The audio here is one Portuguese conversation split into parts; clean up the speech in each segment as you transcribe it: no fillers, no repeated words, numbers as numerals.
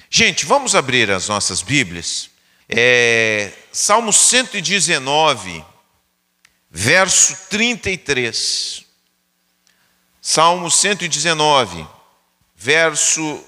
Gente, vamos abrir as nossas Bíblias. Salmo 119, verso 33. Salmo 119, verso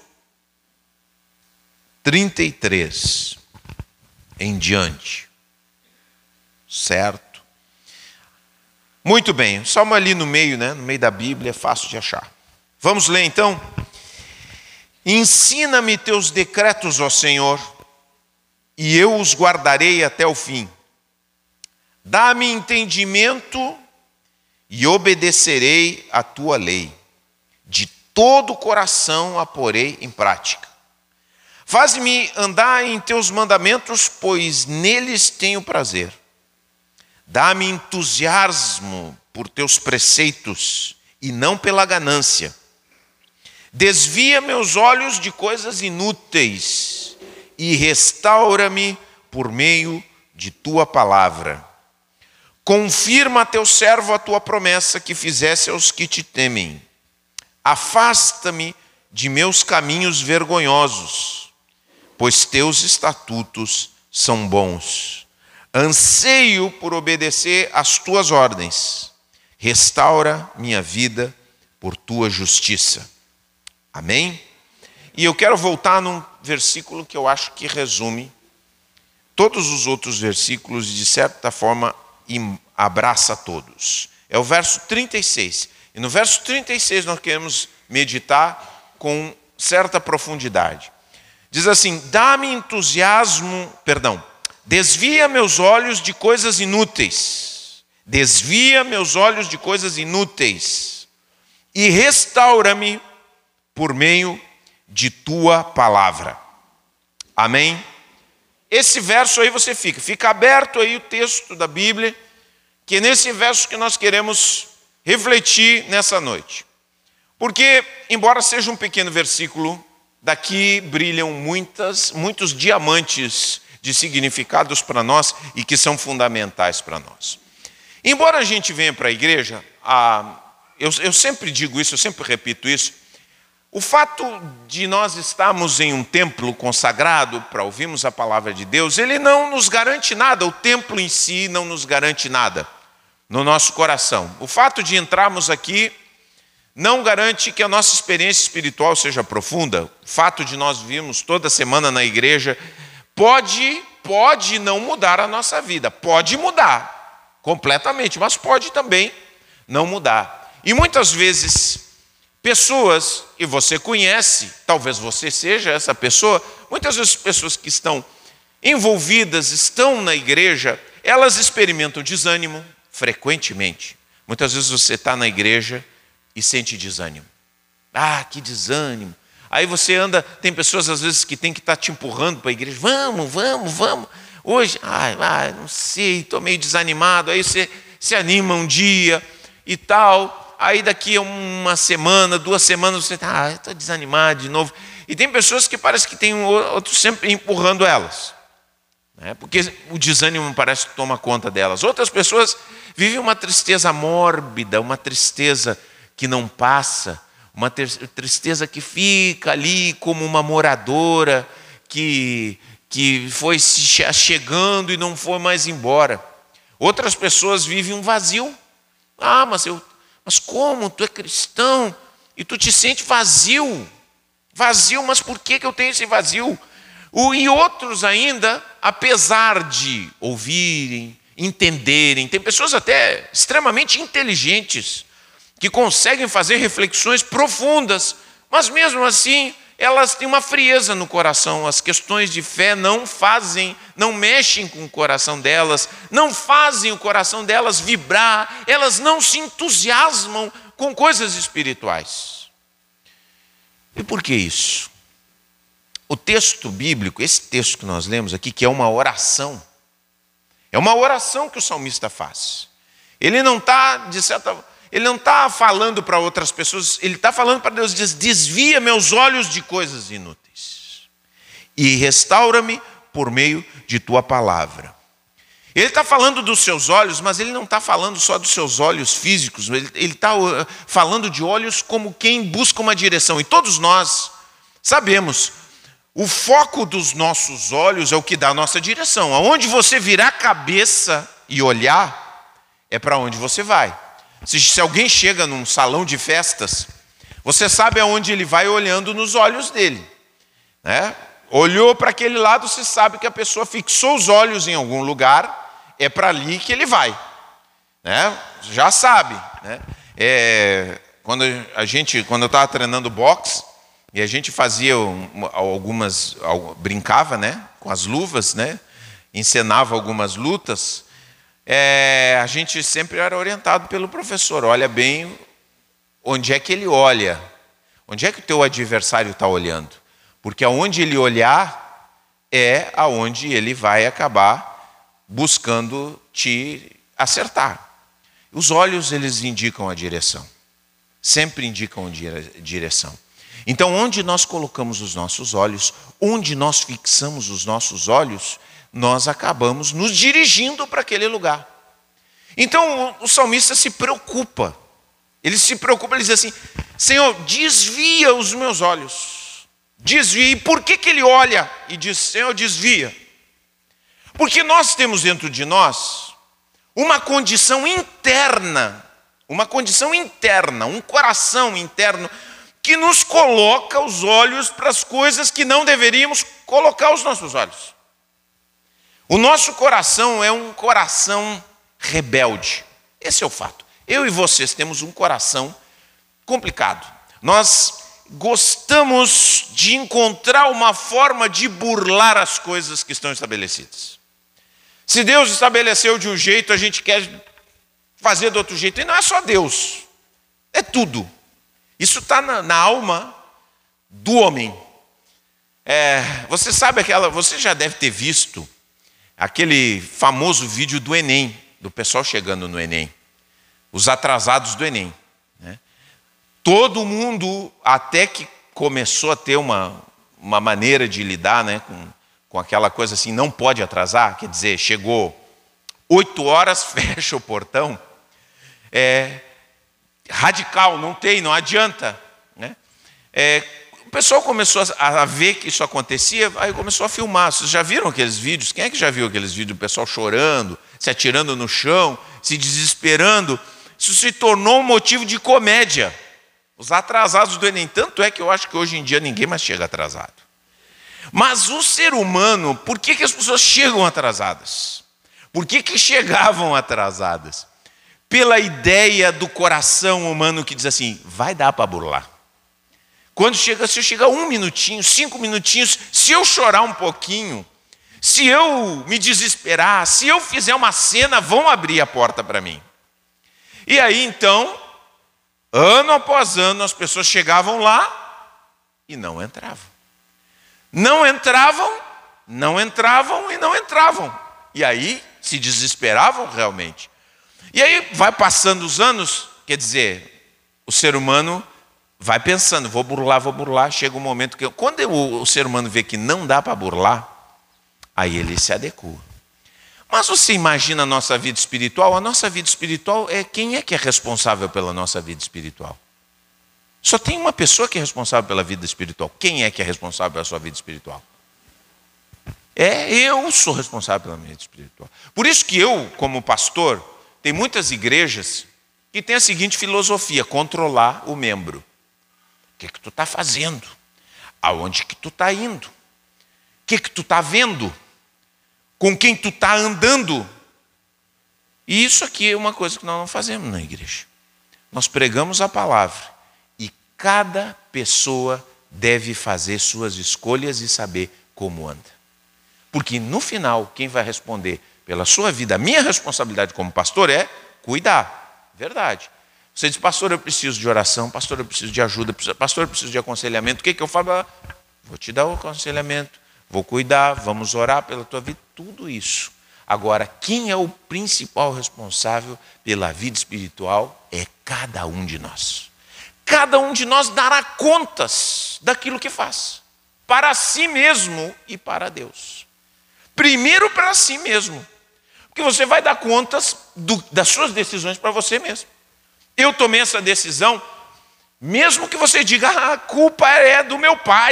33 em diante. Certo? Muito bem, o salmo ali no meio, né? No meio da Bíblia, é fácil de achar. Vamos ler então? Ensina-me teus decretos, ó Senhor, e eu os guardarei até o fim. Dá-me entendimento e obedecerei a tua lei. De todo o coração a porei em prática. Faz-me andar em teus mandamentos, pois neles tenho prazer. Dá-me entusiasmo por teus preceitos e não pela ganância. Desvia meus olhos de coisas inúteis e restaura-me por meio de tua palavra. Confirma a teu servo a tua promessa que fizesse aos que te temem. Afasta-me de meus caminhos vergonhosos, pois teus estatutos são bons. Anseio por obedecer às tuas ordens. Restaura minha vida por tua justiça. Amém? E eu quero voltar num versículo que eu acho que resume todos os outros versículos e, de certa forma, abraça todos. É o verso 36. E no verso 36 nós queremos meditar com certa profundidade. Diz assim: desvia meus olhos de coisas inúteis. Desvia meus olhos de coisas inúteis e restaura-me por meio de tua palavra. Amém? Esse verso aí você fica aberto aí o texto da Bíblia, que é nesse verso que nós queremos refletir nessa noite. Porque, embora seja um pequeno versículo, daqui brilham muitos diamantes de significados para nós e que são fundamentais para nós. Embora a gente venha para a igreja, eu sempre digo isso, eu sempre repito isso, o fato de nós estarmos em um templo consagrado para ouvirmos a palavra de Deus, ele não nos garante nada, o templo em si não nos garante nada no nosso coração. O fato de entrarmos aqui não garante que a nossa experiência espiritual seja profunda. O fato de nós virmos toda semana na igreja pode não mudar a nossa vida. Pode mudar completamente, mas pode também não mudar. E muitas vezes pessoas, e você conhece, talvez você seja essa pessoa, muitas vezes pessoas que estão envolvidas, estão na igreja, elas experimentam desânimo frequentemente. Muitas vezes você está na igreja e sente desânimo. Que desânimo. Aí você anda, tem pessoas às vezes que tem que estar te empurrando para a igreja. Vamos. Hoje, não sei, estou meio desanimado. Aí você se anima um dia e tal. Aí daqui a uma semana, 2 semanas, você está, estou desanimado de novo. E tem pessoas que parece que tem outros sempre empurrando elas, né? Porque o desânimo parece que toma conta delas. Outras pessoas vivem uma tristeza mórbida, uma tristeza que não passa, uma tristeza que fica ali como uma moradora que foi se chegando e não foi mais embora. Outras pessoas vivem um vazio. Mas como? Tu é cristão e tu te sente vazio. Vazio, mas por que eu tenho esse vazio? E outros ainda, apesar de ouvirem, entenderem, tem pessoas até extremamente inteligentes, que conseguem fazer reflexões profundas, mas mesmo assim, elas têm uma frieza no coração. As questões de fé não mexem com o coração delas, não fazem o coração delas vibrar, elas não se entusiasmam com coisas espirituais. E por que isso? O texto bíblico, esse texto que nós lemos aqui, que é uma oração que o salmista faz. Ele não está falando para outras pessoas, ele está falando para Deus, diz: desvia meus olhos de coisas inúteis e restaura-me por meio de tua palavra. Ele está falando dos seus olhos, mas ele não está falando só dos seus olhos físicos, ele está falando de olhos como quem busca uma direção. E todos nós sabemos, O foco dos nossos olhos é o que dá a nossa direção. Aonde você virar a cabeça e olhar, é para onde você vai. Se alguém chega num salão de festas, você sabe aonde ele vai olhando nos olhos dele, né? Olhou para aquele lado, você sabe que a pessoa fixou os olhos em algum lugar, é para ali que ele vai, né? Já sabe, né? Quando eu estava treinando boxe, e a gente fazia brincava, né, com as luvas, né, encenava algumas lutas, a gente sempre era orientado pelo professor: olha bem onde é que ele olha, onde é que o teu adversário está olhando, porque aonde ele olhar é aonde ele vai acabar buscando te acertar. Os olhos, eles indicam a direção, sempre indicam a direção. Então, onde nós colocamos os nossos olhos, onde nós fixamos os nossos olhos, nós acabamos nos dirigindo para aquele lugar. Então, o salmista se preocupa. Ele se preocupa, ele diz assim: Senhor, desvia os meus olhos. Desvia. E por que ele olha e diz: Senhor, desvia? Porque nós temos dentro de nós uma condição interna, um coração interno, que nos coloca os olhos para as coisas que não deveríamos colocar os nossos olhos. O nosso coração é um coração rebelde. Esse é o fato. Eu e vocês temos um coração complicado. Nós gostamos de encontrar uma forma de burlar as coisas que estão estabelecidas. Se Deus estabeleceu de um jeito, a gente quer fazer de outro jeito. E não é só Deus, é tudo. Isso está na alma do homem. Você já deve ter visto aquele famoso vídeo do Enem, do pessoal chegando no Enem, os atrasados do Enem, né? Todo mundo, até que começou a ter uma maneira de lidar, né, com aquela coisa assim: não pode atrasar, quer dizer, chegou 8 horas, fecha o portão. Radical, não adianta, né? O pessoal começou a ver que isso acontecia, aí começou a filmar. Vocês já viram aqueles vídeos? Quem é que já viu aqueles vídeos do pessoal chorando, se atirando no chão, se desesperando? Isso se tornou um motivo de comédia. Os atrasados do Enem. Tanto é que eu acho que hoje em dia ninguém mais chega atrasado. Mas o ser humano, por que as pessoas chegam atrasadas? Por que chegavam atrasadas? Pela ideia do coração humano que diz assim: vai dar para burlar. Se eu chegar 1 minutinho, 5 minutinhos, se eu chorar um pouquinho, se eu me desesperar, se eu fizer uma cena, vão abrir a porta para mim. E aí então, ano após ano, as pessoas chegavam lá e não entravam. Não entravam e não entravam. E aí se desesperavam realmente. E aí vai passando os anos, quer dizer, o ser humano vai pensando: vou burlar. Chega um momento que, quando o ser humano vê que não dá para burlar, aí ele se adequa. Mas você imagina a nossa vida espiritual? A nossa vida espiritual quem é que é responsável pela nossa vida espiritual? Só tem uma pessoa que é responsável pela vida espiritual. Quem é que é responsável pela sua vida espiritual? Eu sou responsável pela minha vida espiritual. Por isso que eu, como pastor, tem muitas igrejas que têm a seguinte filosofia: controlar o membro. O que tu está fazendo? Aonde que tu está indo? O que tu está vendo? Com quem tu está andando? E isso aqui é uma coisa que nós não fazemos na igreja. Nós pregamos a palavra e cada pessoa deve fazer suas escolhas e saber como anda. Porque no final, quem vai responder pela sua vida, a minha responsabilidade como pastor é cuidar. Verdade. Você diz: pastor, eu preciso de oração, pastor, eu preciso de ajuda, pastor, eu preciso de aconselhamento. O que eu falo? Vou te dar o aconselhamento, vou cuidar, vamos orar pela tua vida, tudo isso. Agora, quem é o principal responsável pela vida espiritual é cada um de nós. Cada um de nós dará contas daquilo que faz, para si mesmo e para Deus. Primeiro para si mesmo, porque você vai dar contas das suas decisões para você mesmo. Eu tomei essa decisão, mesmo que você diga: a culpa é do meu pai,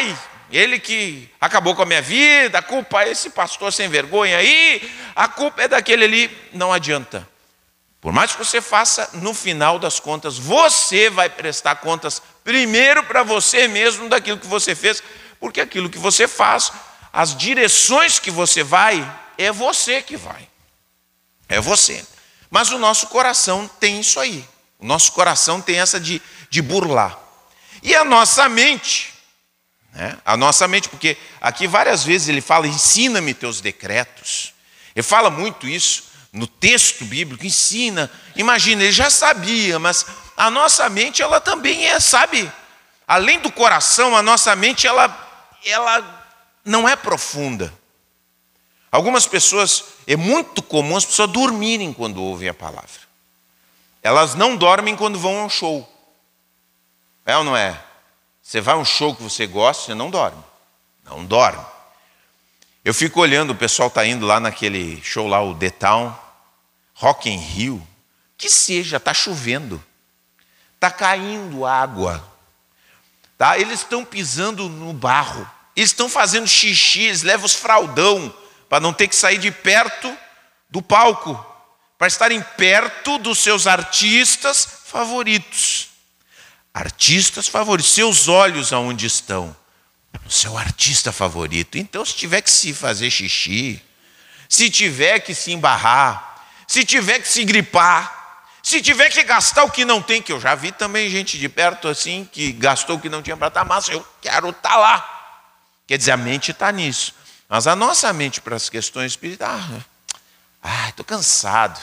ele que acabou com a minha vida, a culpa é esse pastor sem vergonha aí, a culpa é daquele ali. Não adianta. Por mais que você faça, no final das contas, você vai prestar contas primeiro para você mesmo daquilo que você fez, porque aquilo que você faz, as direções que você vai, é você que vai. É você. Mas o nosso coração tem isso aí. O nosso coração tem essa de burlar. E a nossa mente, né? A nossa mente, porque aqui várias vezes ele fala, ensina-me teus decretos. Ele fala muito isso no texto bíblico, ensina. Imagina, ele já sabia, mas a nossa mente, ela também sabe. Além do coração, a nossa mente, ela não é profunda. Algumas pessoas, é muito comum as pessoas dormirem quando ouvem a palavra. Elas não dormem quando vão a um show. É ou não é? Você vai a um show que você gosta, você não dorme. Não dorme. Eu fico olhando, o pessoal está indo lá naquele show lá, o The Town, Rock in Rio. Que seja, está chovendo. Está caindo água. Tá? Eles estão pisando no barro. Eles estão fazendo xixi, eles levam os fraldão para não ter que sair de perto do palco, para estarem perto dos seus artistas favoritos. Artistas favoritos, seus olhos aonde estão? No seu artista favorito. Então, se tiver que se fazer xixi, se tiver que se embarrar, se tiver que se gripar, se tiver que gastar o que não tem, que eu já vi também gente de perto assim, que gastou o que não tinha para estar massa, eu quero estar lá. Quer dizer, a mente está nisso. Mas a nossa mente para as questões espirituais, estou cansado.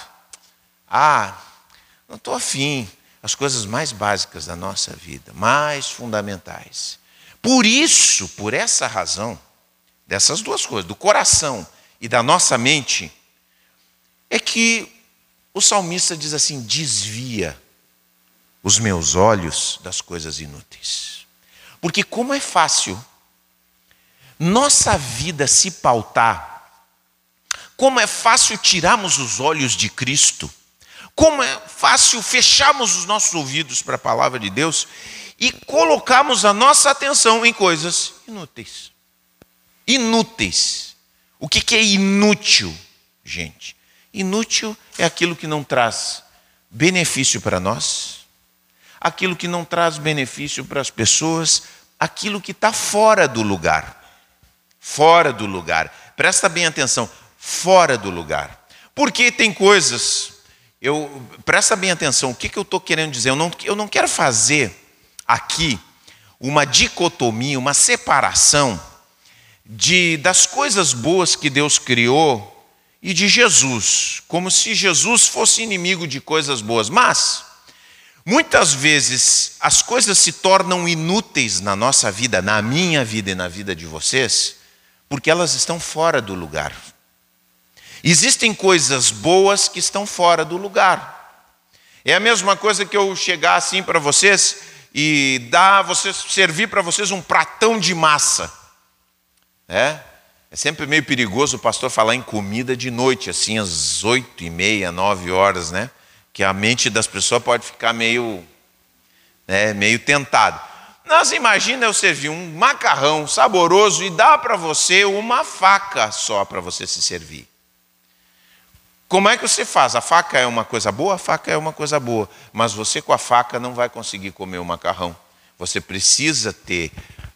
Não estou afim. As coisas mais básicas da nossa vida, mais fundamentais. Por isso, por essa razão, dessas duas coisas, do coração e da nossa mente, é que o salmista diz assim, desvia os meus olhos das coisas inúteis. Porque como é fácil nossa vida se pautar, como é fácil tirarmos os olhos de Cristo, como é fácil fecharmos os nossos ouvidos para a palavra de Deus e colocarmos a nossa atenção em coisas inúteis. Inúteis. O que é inútil, gente? Inútil é aquilo que não traz benefício para nós, aquilo que não traz benefício para as pessoas, aquilo que está fora do lugar. Fora do lugar. Presta bem atenção, fora do lugar. Porque tem coisas... Presta bem atenção, o que eu estou querendo dizer? Eu não quero fazer aqui uma dicotomia, uma separação das coisas boas que Deus criou e de Jesus, como se Jesus fosse inimigo de coisas boas. Mas, muitas vezes, as coisas se tornam inúteis na nossa vida, na minha vida e na vida de vocês, porque elas estão fora do lugar. Existem coisas boas que estão fora do lugar. É a mesma coisa que eu chegar assim para vocês e servir para vocês um pratão de massa. É sempre meio perigoso o pastor falar em comida de noite, assim às 8h30, 9 horas, né? Que a mente das pessoas pode ficar meio tentado. Mas imagina eu servir um macarrão saboroso e dar para você uma faca só para você se servir. Como é que você faz? A faca é uma coisa boa? A faca é uma coisa boa. Mas você com a faca não vai conseguir comer o macarrão. Você precisa ter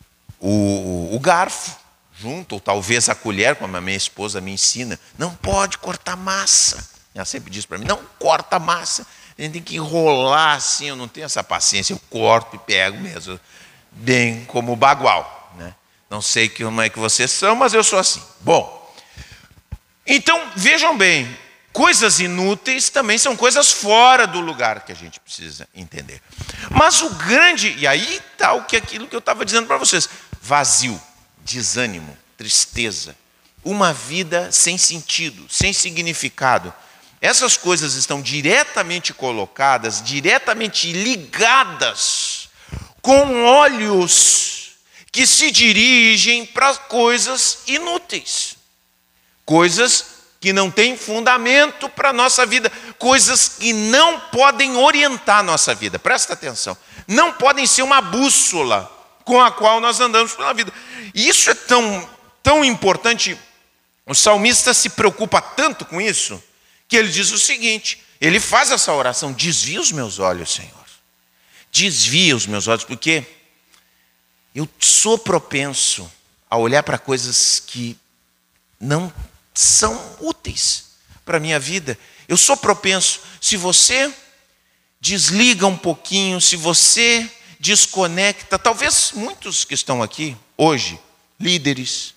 o garfo junto, ou talvez a colher, como a minha esposa me ensina. Não pode cortar massa. Ela sempre diz para mim, não corta massa. A gente tem que enrolar assim, eu não tenho essa paciência. Eu corto e pego mesmo, bem como o bagual. Né? Não sei como é que vocês são, mas eu sou assim. Bom, então vejam bem, coisas inúteis também são coisas fora do lugar que a gente precisa entender. Mas o grande, e aí está aquilo que eu estava dizendo para vocês, vazio, desânimo, tristeza, uma vida sem sentido, sem significado. Essas coisas estão diretamente colocadas, diretamente ligadas com olhos que se dirigem para coisas inúteis, coisas que não têm fundamento para a nossa vida, coisas que não podem orientar a nossa vida. Presta atenção. Não podem ser uma bússola com a qual nós andamos pela vida. E isso é tão importante, o salmista se preocupa tanto com isso, que ele diz o seguinte, ele faz essa oração: desvia os meus olhos, Senhor. Desvia os meus olhos, porque eu sou propenso a olhar para coisas que não são úteis para a minha vida. Eu sou propenso, se você desliga um pouquinho, se você desconecta, talvez muitos que estão aqui hoje, líderes,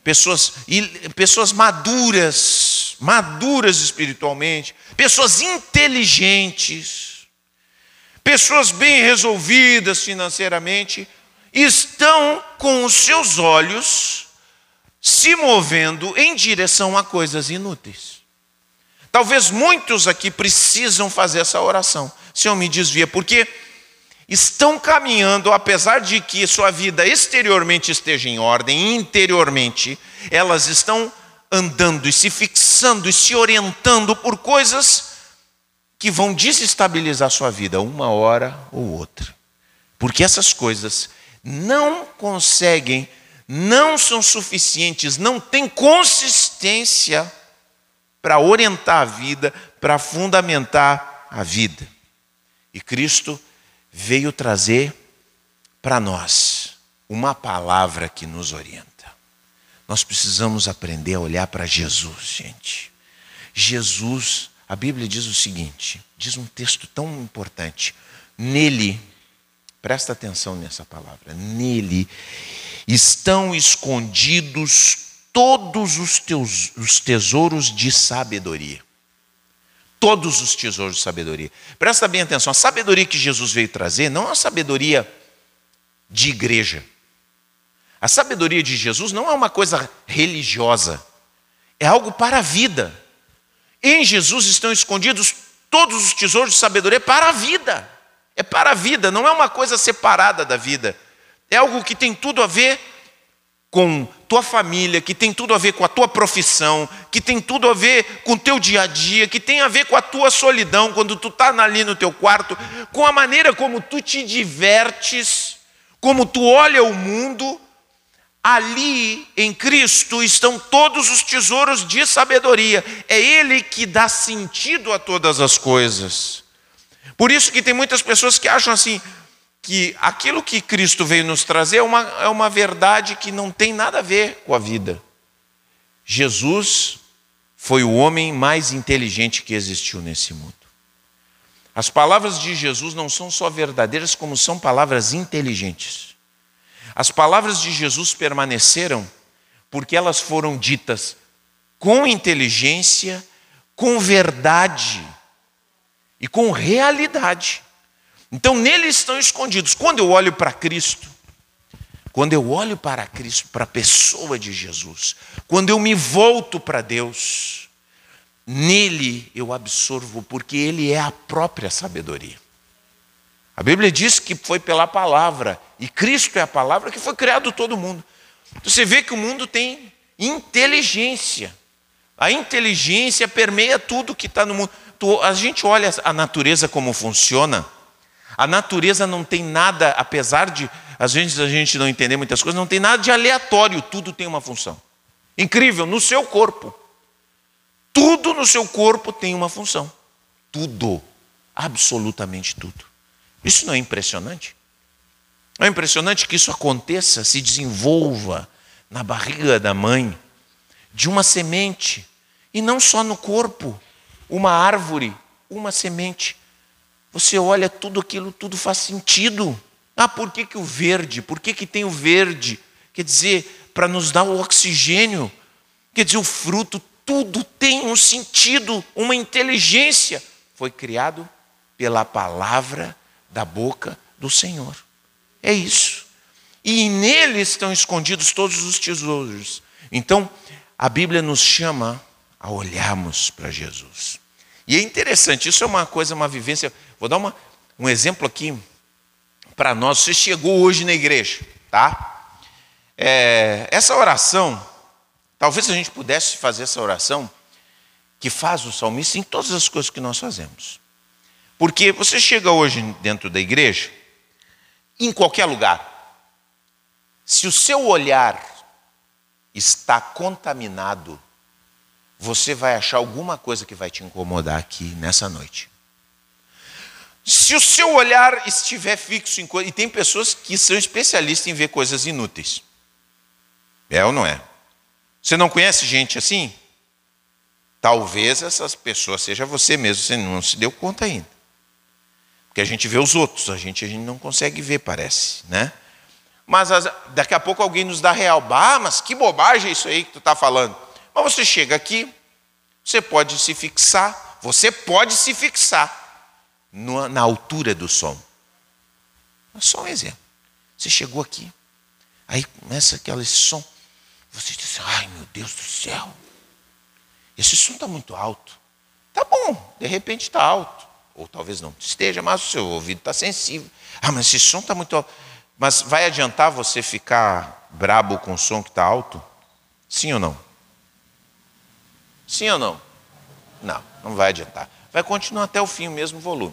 pessoas maduras espiritualmente, pessoas inteligentes, pessoas bem resolvidas financeiramente, estão com os seus olhos se movendo em direção a coisas inúteis. Talvez muitos aqui precisam fazer essa oração: Senhor, me desvia, porque estão caminhando, apesar de que sua vida exteriormente esteja em ordem, interiormente elas estão andando e se fixando e se orientando por coisas que vão desestabilizar sua vida uma hora ou outra. Porque essas coisas não conseguem, não são suficientes, não têm consistência para orientar a vida, para fundamentar a vida. E Cristo veio trazer para nós uma palavra que nos orienta. Nós precisamos aprender a olhar para Jesus, gente. Jesus, a Bíblia diz o seguinte, diz um texto tão importante: nele, presta atenção nessa palavra, nele estão escondidos todos os tesouros de sabedoria. Todos os tesouros de sabedoria. Presta bem atenção, a sabedoria que Jesus veio trazer não é uma sabedoria de igreja. A sabedoria de Jesus não é uma coisa religiosa, é algo para a vida. Em Jesus estão escondidos todos os tesouros de sabedoria para a vida. É para a vida, não é uma coisa separada da vida. É algo que tem tudo a ver com tua família, que tem tudo a ver com a tua profissão, que tem tudo a ver com o teu dia a dia, que tem a ver com a tua solidão, quando tu está ali no teu quarto, com a maneira como tu te divertes, como tu olha o mundo. Ali em Cristo estão todos os tesouros de sabedoria. É Ele que dá sentido a todas as coisas. Por isso que tem muitas pessoas que acham assim, que aquilo que Cristo veio nos trazer é uma verdade que não tem nada a ver com a vida. Jesus foi o homem mais inteligente que existiu nesse mundo. As palavras de Jesus não são só verdadeiras, como são palavras inteligentes. As palavras de Jesus permaneceram porque elas foram ditas com inteligência, com verdade e com realidade. Então nele estão escondidos. Quando eu olho para Cristo, para a pessoa de Jesus, quando eu me volto para Deus, nele eu absorvo, porque Ele é a própria sabedoria. A Bíblia diz que foi pela palavra, e Cristo é a palavra que foi criado todo mundo. Então você vê que o mundo tem inteligência. A inteligência permeia tudo que está no mundo. A gente olha a natureza como funciona. A natureza não tem nada, apesar de às vezes a gente não entender muitas coisas, não tem nada de aleatório, tudo tem uma função. Incrível, no seu corpo. Tudo no seu corpo tem uma função. Tudo, absolutamente tudo. Isso não é impressionante? Não é impressionante que isso aconteça, se desenvolva na barriga da mãe, de uma semente, e não só no corpo, uma árvore, uma semente. Você olha tudo aquilo, tudo faz sentido. Por que o verde? Por que tem o verde? Quer dizer, para nos dar o oxigênio. Quer dizer, o fruto, tudo tem um sentido, uma inteligência. Foi criado pela palavra da boca do Senhor. É isso. E nele estão escondidos todos os tesouros. Então, a Bíblia nos chama a olharmos para Jesus. E é interessante, isso é uma coisa, uma vivência. Vou dar um exemplo aqui para nós. Você chegou hoje na igreja, tá? Essa oração, talvez a gente pudesse fazer essa oração que faz o salmista em todas as coisas que nós fazemos. Porque você chega hoje dentro da igreja, em qualquer lugar, Se o seu olhar está contaminado, você vai achar alguma coisa que vai te incomodar aqui nessa noite. Se o seu olhar estiver fixo em coisas... E tem pessoas que são especialistas em ver coisas inúteis. É ou não é? Você não conhece gente assim? Talvez essas pessoas seja você mesmo, você não se deu conta ainda. Porque a gente vê os outros, a gente não consegue ver, parece, né? Mas daqui a pouco alguém nos dá real. Mas que bobagem isso aí que tu está falando. Mas você chega aqui, você pode se fixar na altura do som. É só um exemplo. Você chegou aqui, aí começa aquele som. Você diz assim, ai meu Deus do céu, esse som está muito alto. Tá bom, de repente está alto. Ou talvez não esteja, mas o seu ouvido está sensível. Mas esse som está muito alto. Mas vai adiantar você ficar brabo com o som que está alto? Sim ou não? Sim ou não? Não, não vai adiantar. Vai continuar até o fim o mesmo volume.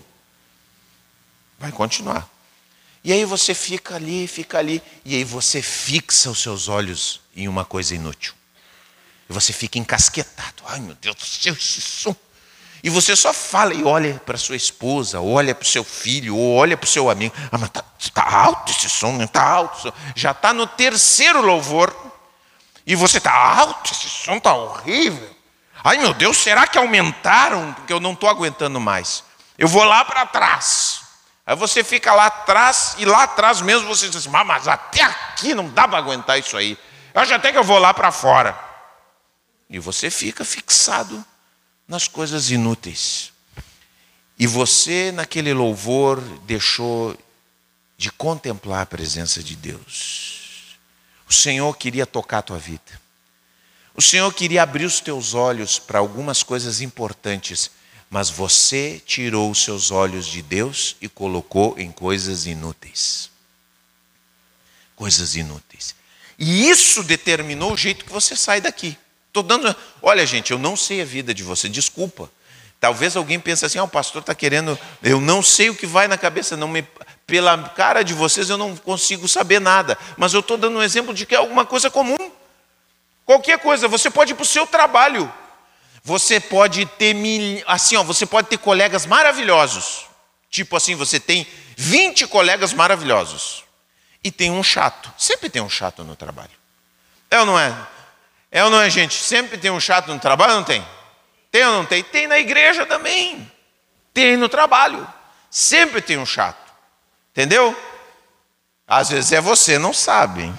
Vai continuar. E aí você fica ali, e aí você fixa os seus olhos em uma coisa inútil. E você fica encasquetado. Ai meu Deus do céu, esse som. E você só fala e olha para sua esposa, olha para o seu filho, ou olha para o seu amigo. Mas está alto esse som, não está alto. Já está no terceiro louvor. E você está alto, esse som está horrível. Ai meu Deus, será que aumentaram? Porque eu não estou aguentando mais. Eu vou lá para trás. Aí você fica lá atrás, e lá atrás mesmo você diz assim, mas até aqui não dá para aguentar isso aí. Eu acho até que eu vou lá para fora. E você fica fixado nas coisas inúteis. E você, naquele louvor, deixou de contemplar a presença de Deus. O Senhor queria tocar a tua vida. O Senhor queria abrir os teus olhos para algumas coisas importantes, mas você tirou os seus olhos de Deus e colocou em coisas inúteis. Coisas inúteis. E isso determinou o jeito que você sai daqui. Olha, gente, eu não sei a vida de você, desculpa. Talvez alguém pense assim, o pastor está querendo... Eu não sei o que vai na cabeça, pela cara de vocês eu não consigo saber nada. Mas eu estou dando um exemplo de que é alguma coisa comum. Qualquer coisa, você pode ir para o seu trabalho. Você pode ter, você pode ter colegas maravilhosos. Tipo assim, você tem 20 colegas maravilhosos. E tem um chato. Sempre tem um chato no trabalho. É ou não é? É ou não é, gente? Sempre tem um chato no trabalho, não tem? Tem ou não tem? Tem na igreja também. Tem no trabalho. Sempre tem um chato. Entendeu? Às vezes é você, não sabe. Hein?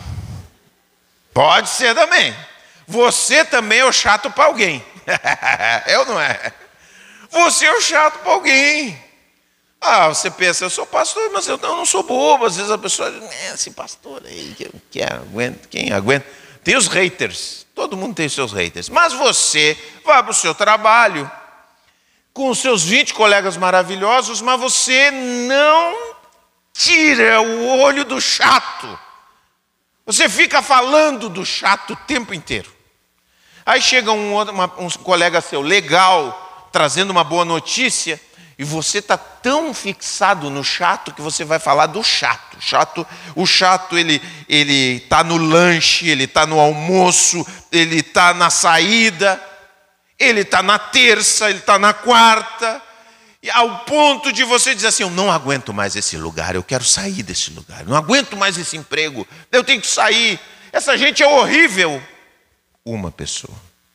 Pode ser também. Você também é o chato para alguém. É ou não é? Você é o chato para alguém. Você pensa, eu sou pastor, mas eu não sou bobo. Às vezes a pessoa diz, esse pastor aí, quem aguenta? Tem os haters. Todo mundo tem os seus haters. Mas você vai para o seu trabalho com os seus 20 colegas maravilhosos, mas você não tira o olho do chato. Você fica falando do chato o tempo inteiro. Aí chega um colega seu legal, trazendo uma boa notícia, e você está tão fixado no chato que você vai falar do chato. O chato, ele está no lanche, ele está no almoço, ele está na saída, ele está na terça, ele está na quarta, e ao ponto de você dizer assim, eu não aguento mais esse lugar, eu quero sair desse lugar, eu não aguento mais esse emprego, eu tenho que sair, essa gente é horrível. Uma pessoa.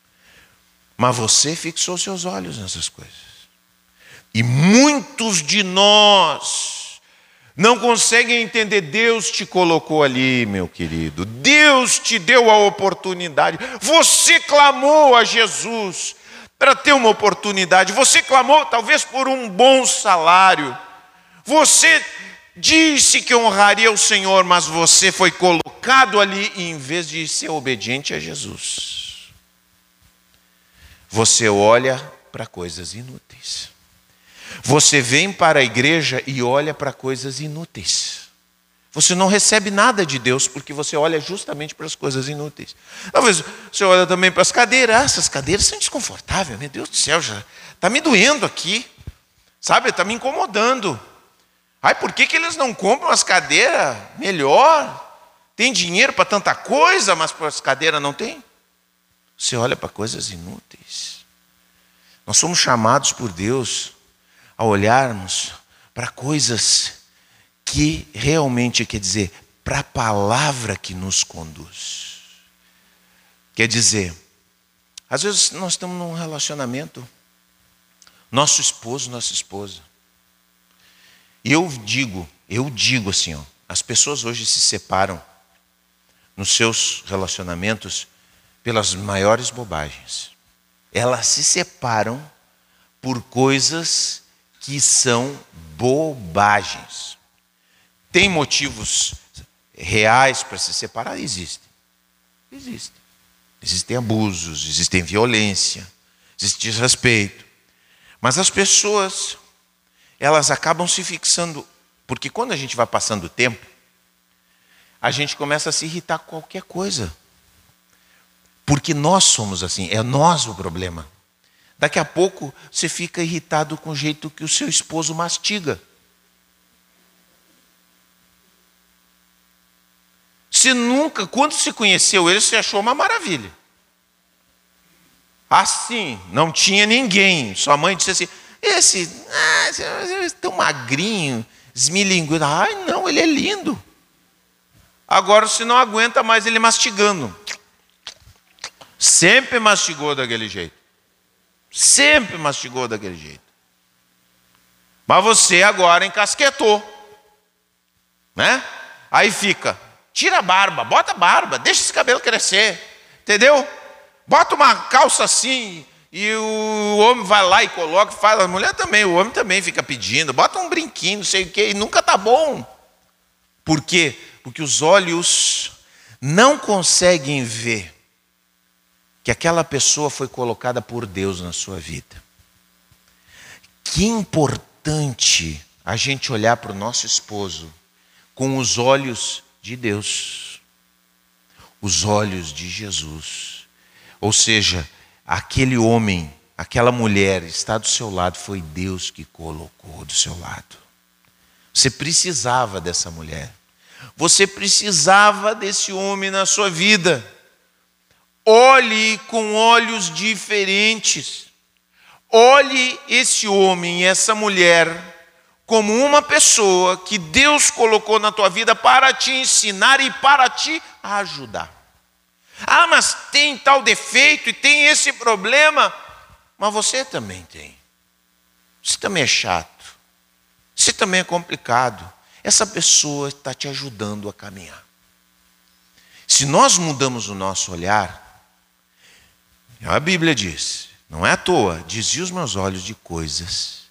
Mas você fixou seus olhos nessas coisas. E muitos de nós não conseguem entender. Deus te colocou ali, meu querido. Deus te deu a oportunidade. Você clamou a Jesus para ter uma oportunidade. Você clamou talvez por um bom salário. Você disse que honraria o Senhor, mas você foi colocado ali e em vez de ser obediente a Jesus, você olha para coisas inúteis. Você vem para a igreja e olha para coisas inúteis. Você não recebe nada de Deus porque você olha justamente para as coisas inúteis. Talvez você olha também para as cadeiras. Essas cadeiras são desconfortáveis. Meu Deus do céu, já está me doendo aqui. Sabe, está me incomodando. Por que eles não compram as cadeiras melhor? Tem dinheiro para tanta coisa, mas para as cadeiras não tem? Você olha para coisas inúteis. Nós somos chamados por Deus a olharmos para coisas que realmente, quer dizer, para a palavra que nos conduz. Quer dizer, às vezes nós estamos num relacionamento, nosso esposo, nossa esposa. E eu digo assim, ó, as pessoas hoje se separam nos seus relacionamentos pelas maiores bobagens. Elas se separam por coisas que são bobagens. Tem motivos reais para se separar? Existem. Existem abusos, existem violência, existe desrespeito. Mas as pessoas, elas acabam se fixando, porque quando a gente vai passando o tempo, a gente começa a se irritar com qualquer coisa. Porque nós somos assim, é nós o problema. Daqui a pouco você fica irritado com o jeito que o seu esposo mastiga. Você nunca, quando se conheceu ele, você achou uma maravilha. Assim, não tinha ninguém. Sua mãe disse assim, esse é tão magrinho, esmilinguido. Ai, não, ele é lindo. Agora você não aguenta mais ele mastigando. Sempre mastigou daquele jeito. Sempre mastigou daquele jeito. Mas você agora encasquetou. Né? Aí fica, tira a barba, bota a barba, deixa esse cabelo crescer. Entendeu? Bota uma calça assim e o homem vai lá e coloca, faz. A mulher também, o homem também fica pedindo. Bota um brinquinho, não sei o quê, e nunca tá bom. Por quê? Porque os olhos não conseguem ver que aquela pessoa foi colocada por Deus na sua vida. Que importante a gente olhar para o nosso esposo com os olhos de Deus, os olhos de Jesus. Ou seja, aquele homem, aquela mulher está do seu lado, foi Deus que colocou do seu lado. Você precisava dessa mulher. Você precisava desse homem na sua vida. Olhe com olhos diferentes. Olhe esse homem e essa mulher como uma pessoa que Deus colocou na tua vida para te ensinar e para te ajudar. Ah, mas tem tal defeito e tem esse problema. Mas você também tem. Você também é chato. Você também é complicado. Essa pessoa está te ajudando a caminhar. Se nós mudamos o nosso olhar, a Bíblia diz, não é à toa, desvia os meus olhos de coisas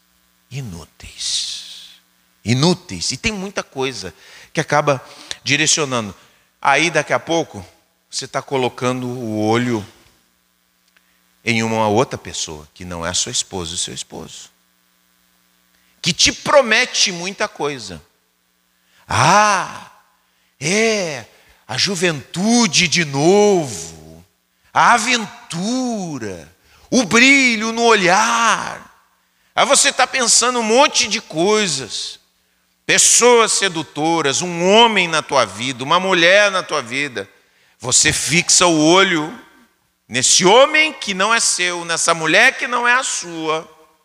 inúteis. Inúteis. E tem muita coisa que acaba direcionando. Aí daqui a pouco, você está colocando o olho em uma outra pessoa, que não é a sua esposa, o seu esposo. Que te promete muita coisa. Ah, é a juventude de novo, a aventura, o brilho no olhar. Aí você está pensando um monte de coisas. Pessoas sedutoras, um homem na tua vida, uma mulher na tua vida. Você fixa o olho nesse homem que não é seu, nessa mulher que não é a sua.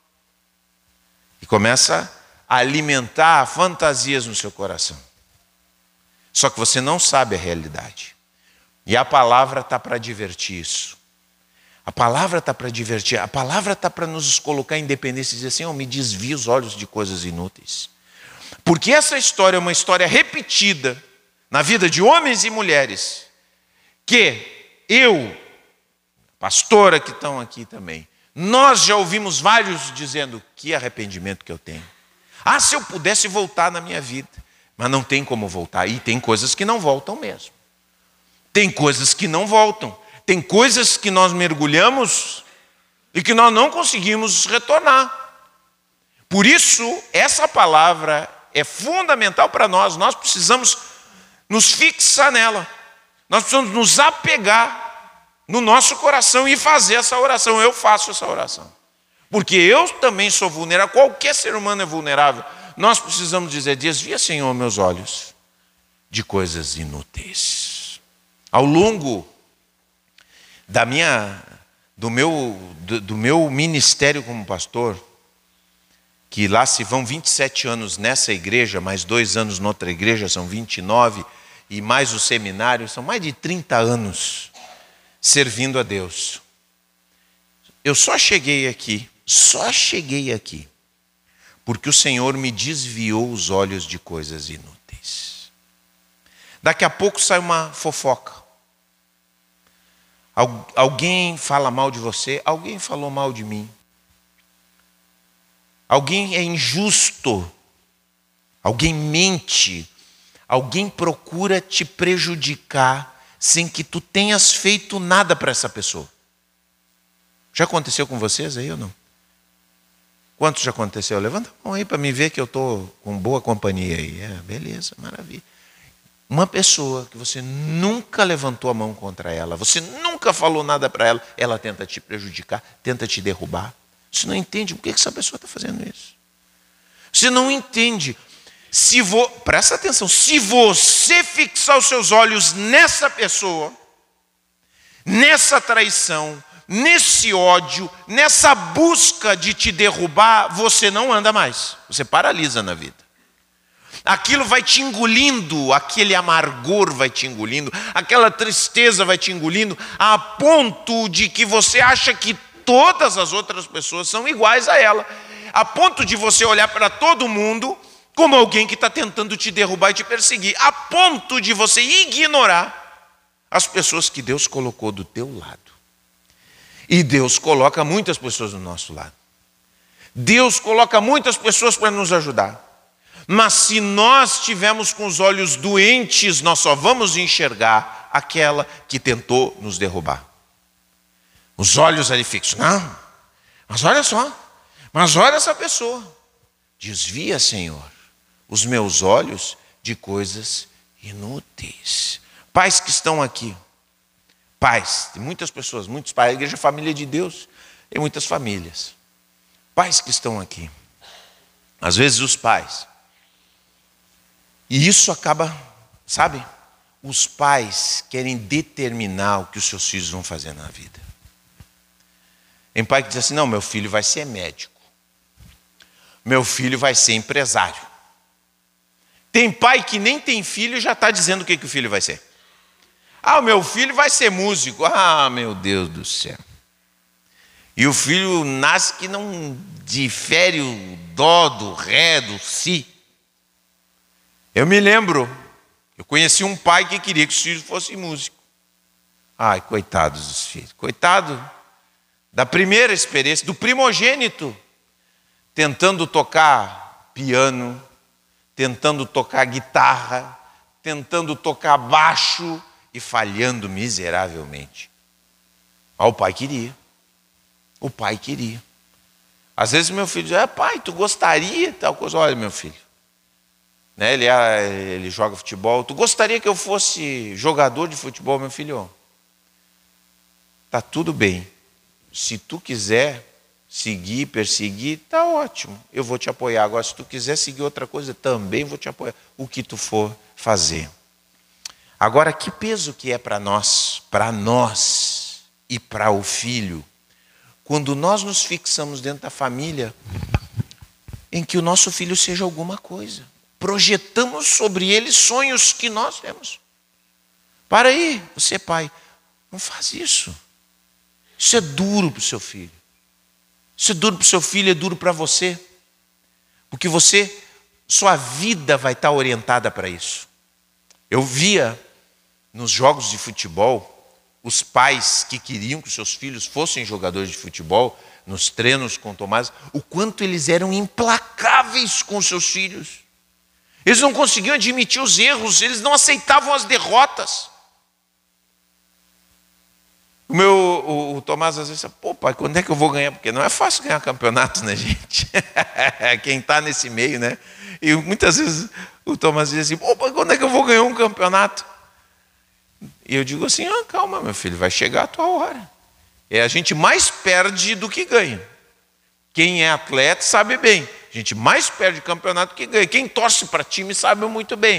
E começa a alimentar fantasias no seu coração. Só que você não sabe a realidade. E a palavra está para divertir isso. A palavra está para divertir. A palavra está para nos colocar em independência e dizer assim, me desvia os olhos de coisas inúteis. Porque essa história é uma história repetida na vida de homens e mulheres. Que eu, pastora que estão aqui também, nós já ouvimos vários dizendo que arrependimento que eu tenho. Ah, se eu pudesse voltar na minha vida. Mas não tem como voltar. E tem coisas que não voltam mesmo. Tem coisas que não voltam. Tem coisas que nós mergulhamos e que nós não conseguimos retornar. Por isso, essa palavra é fundamental para nós. Nós precisamos nos fixar nela. Nós precisamos nos apegar no nosso coração e fazer essa oração. Eu faço essa oração. Porque eu também sou vulnerável. Qualquer ser humano é vulnerável. Nós precisamos dizer, desvia, Senhor, meus olhos de coisas inúteis. Ao longo do meu ministério como pastor, que lá se vão 27 anos nessa igreja, mais 2 anos noutra igreja, são 29, e mais o seminário, são mais de 30 anos servindo a Deus. Eu só cheguei aqui, porque o Senhor me desviou os olhos de coisas inúteis. Daqui a pouco sai uma fofoca. Alguém fala mal de você, alguém falou mal de mim. Alguém é injusto, alguém mente, alguém procura te prejudicar sem que tu tenhas feito nada para essa pessoa. Já aconteceu com vocês aí ou não? Quantos já aconteceu? Levanta a mão aí para me ver que eu estou com boa companhia aí. Beleza, maravilha. Uma pessoa que você nunca levantou a mão contra ela, você nunca falou nada para ela, ela tenta te prejudicar, tenta te derrubar. Você não entende por que essa pessoa está fazendo isso. Você não entende. Presta atenção, se você fixar os seus olhos nessa pessoa, nessa traição, nesse ódio, nessa busca de te derrubar, você não anda mais. Você paralisa na vida. Aquilo vai te engolindo, aquele amargor vai te engolindo, aquela tristeza vai te engolindo, a ponto de que você acha que todas as outras pessoas são iguais a ela. A ponto de você olhar para todo mundo como alguém que está tentando te derrubar e te perseguir. A ponto de você ignorar as pessoas que Deus colocou do teu lado. E Deus coloca muitas pessoas do nosso lado. Deus coloca muitas pessoas para nos ajudar. Mas se nós estivermos com os olhos doentes, nós só vamos enxergar aquela que tentou nos derrubar. Os olhos ali fixos. Não, mas olha só. Mas olha essa pessoa. Desvia, Senhor, os meus olhos de coisas inúteis. Pais que estão aqui. Pais, tem muitas pessoas, muitos pais. A igreja é família de Deus. Tem muitas famílias. Pais que estão aqui. Às vezes os pais. E isso acaba, sabe? Os pais querem determinar o que os seus filhos vão fazer na vida. Tem pai que diz assim, não, meu filho vai ser médico. Meu filho vai ser empresário. Tem pai que nem tem filho e já está dizendo o que o filho vai ser. Ah, o meu filho vai ser músico. Ah, meu Deus do céu. E o filho nasce que não difere o dó do ré, do si. Eu me lembro, eu conheci um pai que queria que os filhos fossem músicos. Ai, coitados dos filhos. Coitado da primeira experiência, do primogênito, tentando tocar piano, tentando tocar guitarra, tentando tocar baixo e falhando miseravelmente. Mas o pai queria. O pai queria. Às vezes meu filho diz, pai, tu gostaria tal coisa? Olha, meu filho, né, ele joga futebol. Tu gostaria que eu fosse jogador de futebol, meu filho? Tá tudo bem. Se tu quiser seguir, perseguir, tá ótimo. Eu vou te apoiar. Agora, se tu quiser seguir outra coisa, também vou te apoiar. O que tu for fazer. Agora, que peso que é para nós e para o filho, quando nós nos fixamos dentro da família, em que o nosso filho seja alguma coisa. Projetamos sobre ele sonhos que nós temos. Para aí, você pai, não faz isso. Isso é duro para o seu filho. Isso é duro para o seu filho, é duro para você. Porque sua vida vai estar orientada para isso. Eu via nos jogos de futebol, os pais que queriam que os seus filhos fossem jogadores de futebol, nos treinos com Tomás, o quanto eles eram implacáveis com os seus filhos. Eles não conseguiam admitir os erros, eles não aceitavam as derrotas. O Tomás às vezes fala, pô pai, quando é que eu vou ganhar? Porque não é fácil ganhar campeonato, né, gente? Quem está nesse meio, né? E muitas vezes o Tomás diz assim, pô pai, quando é que eu vou ganhar um campeonato? E eu digo assim, calma meu filho, vai chegar a tua hora. A gente mais perde do que ganha. Quem é atleta sabe bem. A gente mais perde campeonato do que ganha. Quem torce para time sabe muito bem. A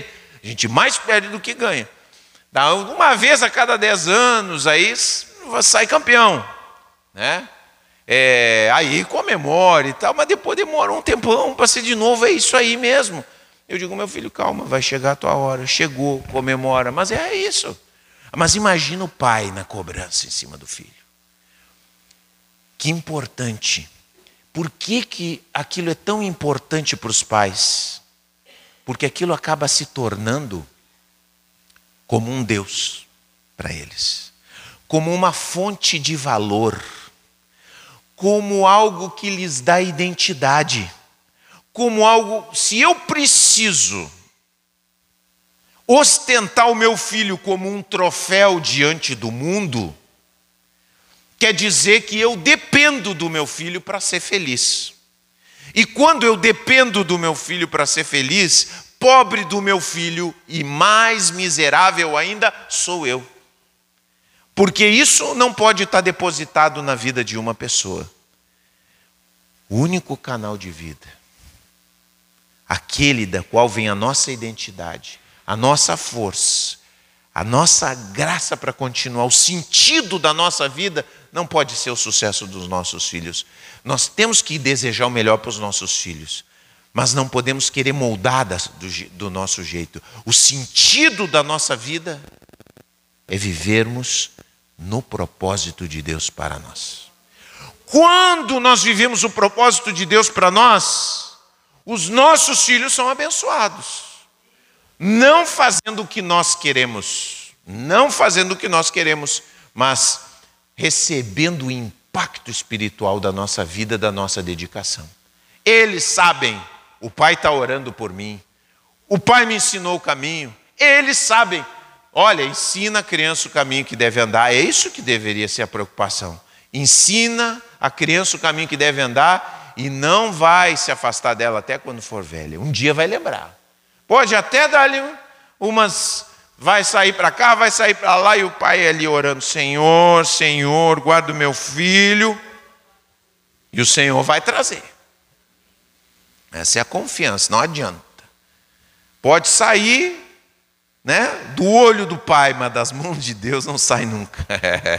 A gente mais perde do que ganha. Dá uma vez a cada 10 anos, aí sai campeão, né? Aí comemora e tal, mas depois demora um tempão para ser de novo, é isso aí mesmo. Eu digo, meu filho, calma, vai chegar a tua hora. Chegou, comemora, mas é isso. Mas imagina o pai na cobrança em cima do filho. Que importante. Por que aquilo é tão importante para os pais? Porque aquilo acaba se tornando como um Deus para eles. Como uma fonte de valor. Como algo que lhes dá identidade. Como algo, se eu preciso ostentar o meu filho como um troféu diante do mundo, quer dizer que eu dependo do meu filho para ser feliz. E quando eu dependo do meu filho para ser feliz, pobre do meu filho e mais miserável ainda sou eu. Porque isso não pode estar depositado na vida de uma pessoa. O único canal de vida, aquele da qual vem a nossa identidade, a nossa força, a nossa graça para continuar, o sentido da nossa vida, não pode ser o sucesso dos nossos filhos. Nós temos que desejar o melhor para os nossos filhos, mas não podemos querer moldar do nosso jeito. O sentido da nossa vida é vivermos no propósito de Deus para nós. Quando nós vivemos o propósito de Deus para nós, os nossos filhos são abençoados. Não fazendo o que nós queremos, mas recebendo o impacto espiritual da nossa vida, da nossa dedicação. Eles sabem, o pai está orando por mim, o pai me ensinou o caminho, eles sabem, olha, ensina a criança o caminho que deve andar, é isso que deveria ser a preocupação. Ensina a criança o caminho que deve andar e não vai se afastar dela até quando for velha. Um dia vai lembrar. Pode até dar-lhe umas... Vai sair para cá, vai sair para lá, e o pai ali orando, Senhor, Senhor, guarda o meu filho. E o Senhor vai trazer. Essa é a confiança, não adianta. Pode sair, né, do olho do pai, mas das mãos de Deus não sai nunca.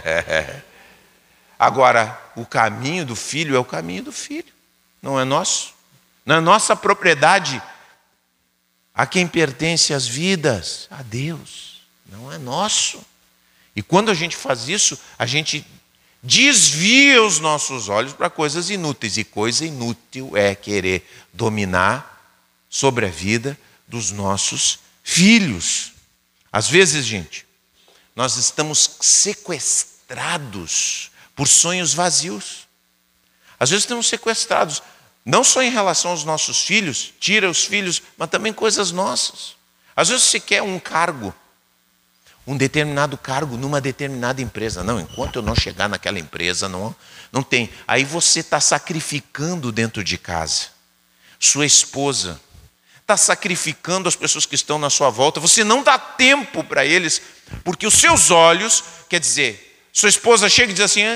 Agora, o caminho do filho é o caminho do filho. Não é nosso. Não é nossa propriedade. A quem pertence as vidas? A Deus. Não é nosso. E quando a gente faz isso, a gente desvia os nossos olhos para coisas inúteis. E coisa inútil é querer dominar sobre a vida dos nossos filhos. Às vezes, gente, nós estamos sequestrados por sonhos vazios. Às vezes estamos sequestrados. Não só em relação aos nossos filhos, tira os filhos, mas também coisas nossas. Às vezes você quer um cargo, um determinado cargo numa determinada empresa. Não, enquanto eu não chegar naquela empresa, não tem. Aí você está sacrificando dentro de casa. Sua esposa está sacrificando as pessoas que estão na sua volta. Você não dá tempo para eles, porque os seus olhos, quer dizer, sua esposa chega e diz assim,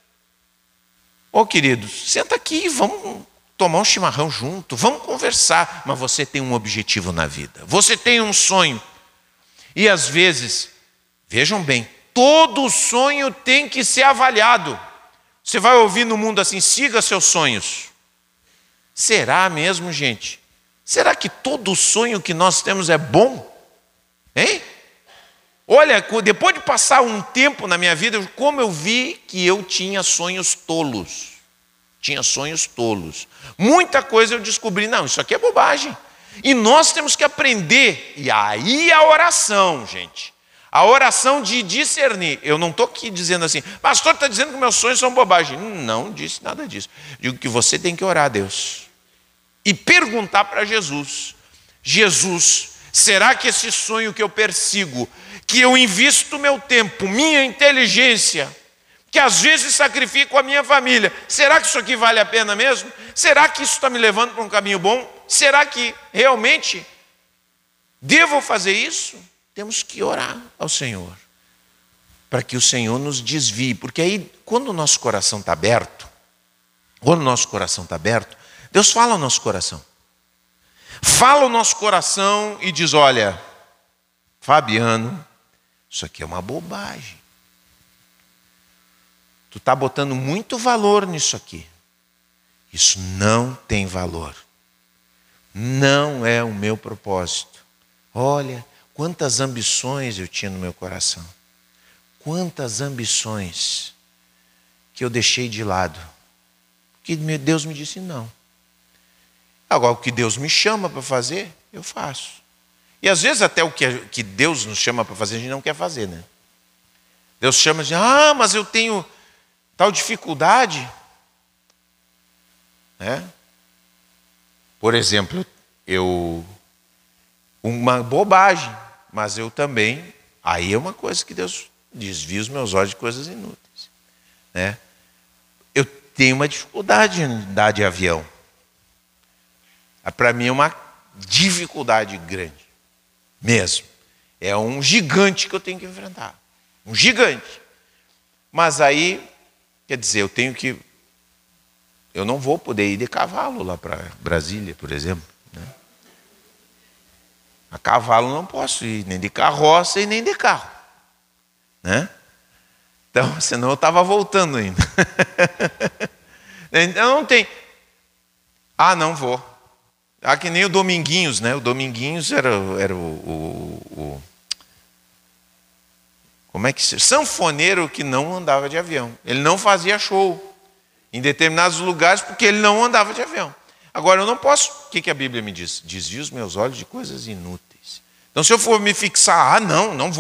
ô querido, senta aqui, vamos tomar um chimarrão junto, vamos conversar. Mas você tem um objetivo na vida, você tem um sonho. E às vezes, vejam bem, todo sonho tem que ser avaliado. Você vai ouvir no mundo assim, siga seus sonhos. Será mesmo, gente? Será que todo sonho que nós temos é bom? Hein? Olha, depois de passar um tempo na minha vida, como eu vi que eu tinha sonhos tolos. Tinha sonhos tolos. Muita coisa eu descobri, não, isso aqui é bobagem. E nós temos que aprender. E aí a oração, gente. A oração de discernir. Eu não estou aqui dizendo assim, pastor está dizendo que meus sonhos são bobagem. Não disse nada disso. Digo que você tem que orar a Deus. E perguntar para Jesus. Jesus, será que esse sonho que eu persigo, que eu invisto meu tempo, minha inteligência, que às vezes sacrifico a minha família, será que isso aqui vale a pena mesmo? Será que isso está me levando para um caminho bom? Será que realmente devo fazer isso? Temos que orar ao Senhor, para que o Senhor nos desvie, porque aí, quando o nosso coração está aberto, Deus fala ao nosso coração. Fala ao nosso coração e diz, olha, Fabiano, isso aqui é uma bobagem. Tu está botando muito valor nisso aqui. Isso não tem valor. Não é o meu propósito. Olha, quantas ambições eu tinha no meu coração. Quantas ambições que eu deixei de lado. Que Deus me disse não. Agora, o que Deus me chama para fazer, eu faço. E às vezes até o que Deus nos chama para fazer, a gente não quer fazer, né? Deus chama de, mas eu tenho tal dificuldade. Né? Por exemplo, uma bobagem, mas eu também, aí é uma coisa que Deus desvia os meus olhos de coisas inúteis. Né? Eu tenho uma dificuldade em andar de avião. Para mim é uma dificuldade grande, mesmo. É um gigante que eu tenho que enfrentar. Um gigante. Mas aí, quer dizer, eu não vou poder ir de cavalo lá para Brasília, por exemplo. Né? A cavalo não posso ir, nem de carroça e nem de carro. Né? Então, senão eu estava voltando ainda. Então não tem. Não vou. Que nem o Dominguinhos, né? O Dominguinhos era o como é que se... sanfoneiro que não andava de avião. Ele não fazia show em determinados lugares porque ele não andava de avião. Agora eu não posso. O que a Bíblia me diz? Desvia os meus olhos de coisas inúteis. Então se eu for me fixar, não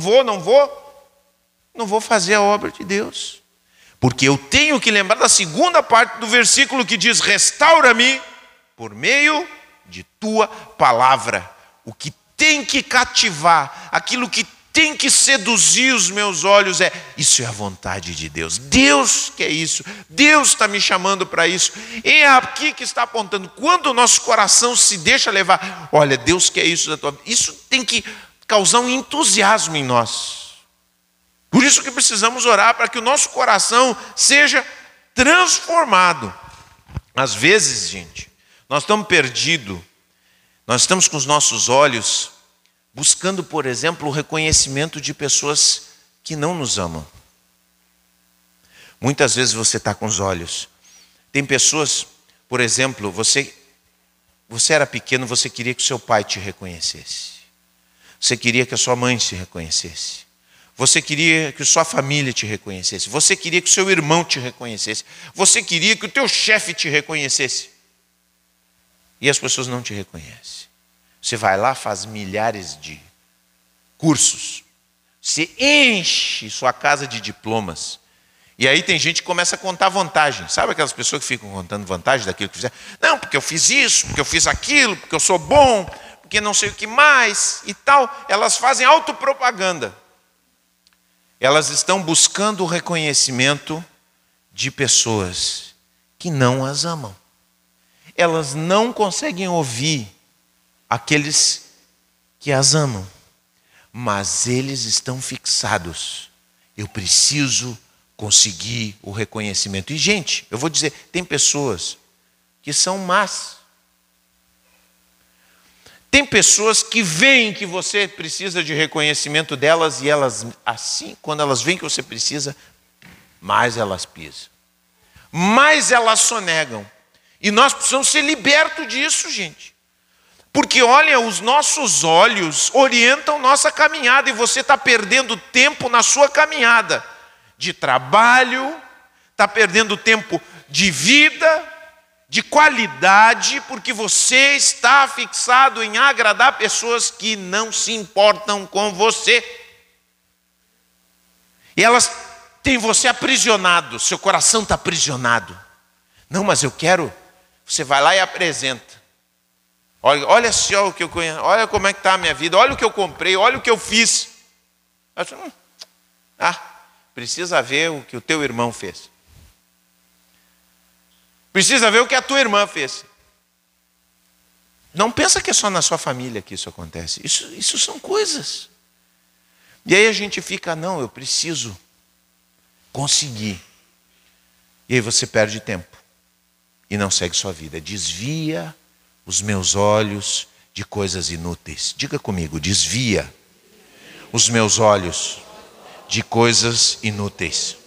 vou fazer a obra de Deus. Porque eu tenho que lembrar da segunda parte do versículo que diz: restaura-me por meio de tua palavra. O que tem que cativar, aquilo que tem que seduzir os meus olhos isso é a vontade de Deus. Deus quer isso. Deus está me chamando para isso. É aqui que está apontando. Quando o nosso coração se deixa levar, olha, Deus quer isso da tua vida. Isso tem que causar um entusiasmo em nós. Por isso que precisamos orar para que o nosso coração seja transformado. Às vezes, gente, nós estamos perdidos. Nós estamos com os nossos olhos buscando, por exemplo, o reconhecimento de pessoas que não nos amam. Muitas vezes você está com os olhos. Tem pessoas, por exemplo, você era pequeno, você queria que o seu pai te reconhecesse. Você queria que a sua mãe te reconhecesse. Você queria que a sua família te reconhecesse. Você queria que o seu irmão te reconhecesse. Você queria que o teu chefe te reconhecesse. E as pessoas não te reconhecem. Você vai lá, faz milhares de cursos. Você enche sua casa de diplomas. E aí tem gente que começa a contar vantagem. Sabe aquelas pessoas que ficam contando vantagem daquilo que fizeram? Não, porque eu fiz isso, porque eu fiz aquilo, porque eu sou bom, porque não sei o que mais e tal. Elas fazem autopropaganda. Elas estão buscando o reconhecimento de pessoas que não as amam. Elas não conseguem ouvir aqueles que as amam, mas eles estão fixados. Eu preciso conseguir o reconhecimento. E, gente, eu vou dizer, tem pessoas que são más. Tem pessoas que veem que você precisa de reconhecimento delas e elas, assim, quando elas veem que você precisa, mais elas pisam. Mais elas sonegam. E nós precisamos ser libertos disso, gente. Porque, olha, os nossos olhos orientam nossa caminhada e você está perdendo tempo na sua caminhada de trabalho, está perdendo tempo de vida, de qualidade, porque você está fixado em agradar pessoas que não se importam com você. E elas têm você aprisionado, seu coração está aprisionado. Não, mas eu quero. Você vai lá e apresenta. Olha só o que eu conheço, olha como é que está a minha vida, olha o que eu comprei, olha o que eu fiz. Precisa ver o que o teu irmão fez. Precisa ver o que a tua irmã fez. Não pensa que é só na sua família que isso acontece. Isso são coisas. E aí a gente fica, não, eu preciso conseguir. E aí você perde tempo. E não segue sua vida. Desvia os meus olhos de coisas inúteis. Diga comigo, desvia os meus olhos de coisas inúteis.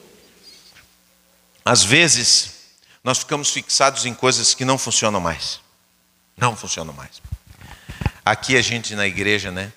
Às vezes, nós ficamos fixados em coisas que não funcionam mais. Não funcionam mais. Aqui a gente na igreja, né?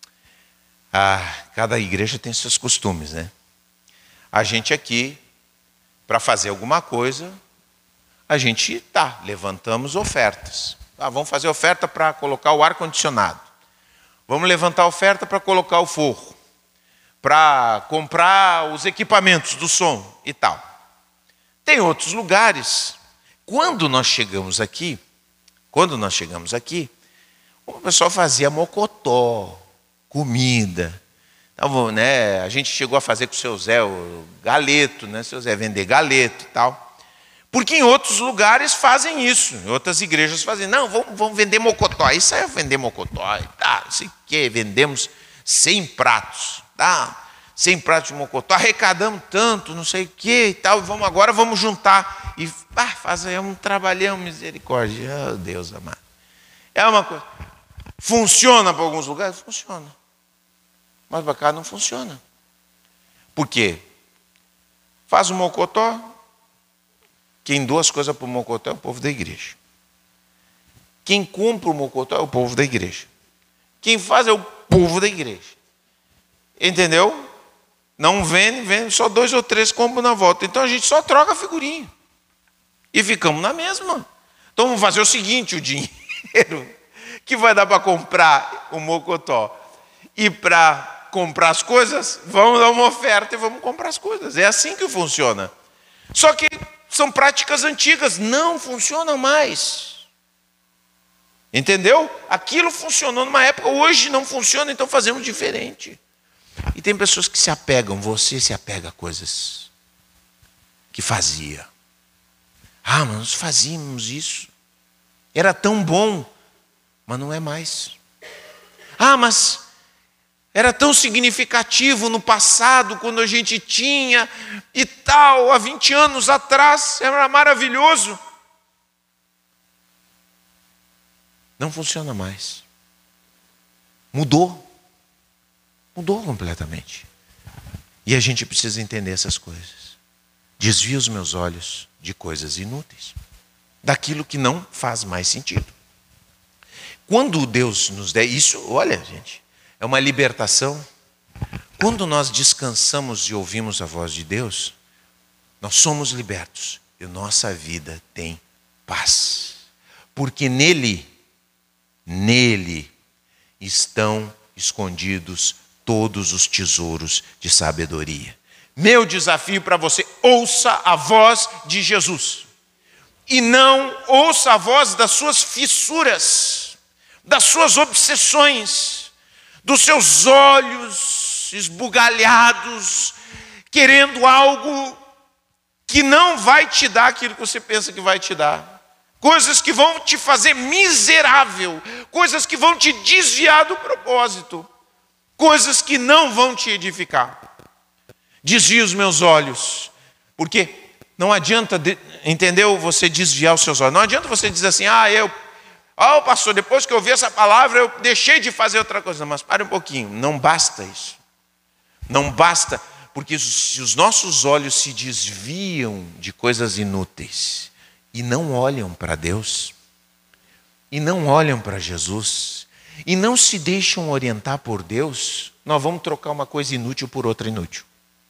Cada igreja tem seus costumes, né? A gente aqui, para fazer alguma coisa, a gente levantamos ofertas. Vamos fazer oferta para colocar o ar-condicionado. Vamos levantar oferta para colocar o forro. Para comprar os equipamentos do som e tal. Tem outros lugares. Quando nós chegamos aqui, o pessoal fazia mocotó, comida. Então, né, a gente chegou a fazer com o seu Zé o galeto, né? O seu Zé vender galeto e tal. Porque em outros lugares fazem isso, em outras igrejas fazem. Não, vamos vender mocotó. Isso é vender mocotó. Tá, não sei o quê, vendemos 100 pratos. Tá, 100 pratos de mocotó, arrecadamos tanto, não sei o quê e tal. Agora vamos juntar. E fazer um trabalhão, misericórdia. Oh, Deus amado. É uma coisa. Funciona para alguns lugares? Funciona. Mas para cá não funciona. Por quê? Faz o mocotó. Quem doa as coisas para o mocotó é o povo da igreja. Quem compra o mocotó é o povo da igreja. Quem faz é o povo da igreja. Entendeu? Não vende, só 2 ou 3 compram na volta. Então a gente só troca a figurinha. E ficamos na mesma. Então vamos fazer o seguinte, o dinheiro que vai dar para comprar o mocotó e para comprar as coisas, vamos dar uma oferta e vamos comprar as coisas. É assim que funciona. Só que são práticas antigas, não funcionam mais. Entendeu? Aquilo funcionou numa época, hoje não funciona, então fazemos diferente. E tem pessoas que se apegam, você se apega a coisas que fazia. Mas nós fazíamos isso. Era tão bom, mas não é mais. Mas era tão significativo no passado, quando a gente tinha e tal, há 20 anos atrás, era maravilhoso. Não funciona mais. Mudou. Mudou completamente. E a gente precisa entender essas coisas. Desvia os meus olhos de coisas inúteis, daquilo que não faz mais sentido. Quando Deus nos der isso, olha, gente, é uma libertação. Quando nós descansamos e ouvimos a voz de Deus, nós somos libertos e nossa vida tem paz. Porque nele estão escondidos todos os tesouros de sabedoria. Meu desafio para você, ouça a voz de Jesus. E não ouça a voz das suas fissuras, das suas obsessões, dos seus olhos esbugalhados, querendo algo que não vai te dar aquilo que você pensa que vai te dar. Coisas que vão te fazer miserável, coisas que vão te desviar do propósito, coisas que não vão te edificar. Desvia os meus olhos, porque não adianta, entendeu? Você desviar os seus olhos. Não adianta você dizer assim, pastor, depois que eu ouvi essa palavra, eu deixei de fazer outra coisa. Mas pare um pouquinho, não basta isso. Não basta, porque se os nossos olhos se desviam de coisas inúteis e não olham para Deus, e não olham para Jesus, e não se deixam orientar por Deus, nós vamos trocar uma coisa inútil por outra inútil.